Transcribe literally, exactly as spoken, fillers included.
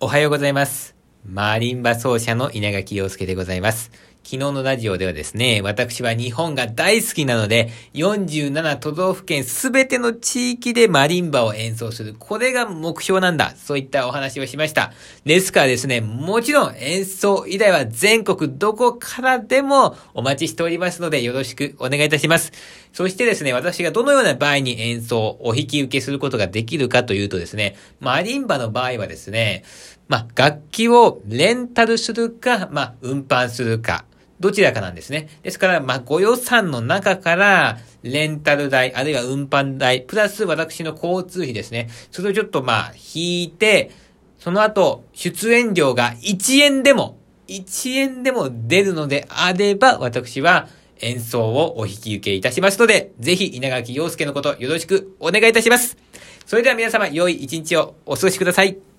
おはようございます。マリンバ奏者の稲垣陽介でございます。昨日のラジオではですね、私は日本が大好きなので、よんじゅうなな都道府県すべての地域でマリンバを演奏する。これが目標なんだ。そういったお話をしました。ですからですね、もちろん演奏依頼は全国どこからでもお待ちしておりますので、よろしくお願いいたします。そしてですね、私がどのような場合に演奏、お引き受けすることができるかというとですね、マリンバの場合はですね、まあ、楽器をレンタルするか、まあ、運搬するか、どちらかなんですね。ですから、まあ、ご予算の中から、レンタル代、あるいは運搬代、プラス私の交通費ですね。それをちょっとまあ、引いて、その後、出演料がいちえんでも、いちえんでも出るのであれば、私は演奏をお引き受けいたしますので、ぜひ稲垣陽介のことよろしくお願いいたします。それでは皆様、良い一日をお過ごしください。